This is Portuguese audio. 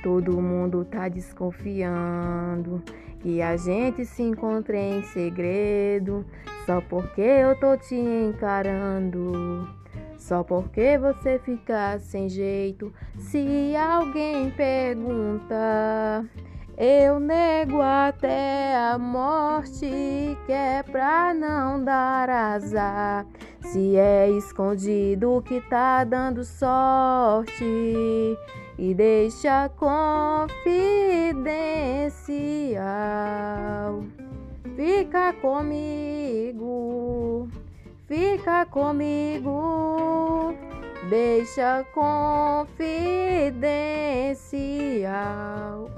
Todo mundo tá desconfiando que a gente se encontre em segredo, só porque eu tô te encarando. Só porque você fica sem jeito. Se alguém pergunta, eu nego até a morte, que é pra não dar azar. Se é escondido que tá dando sorte, e deixa confidencial. Fica comigo, fica comigo, deixa confidencial.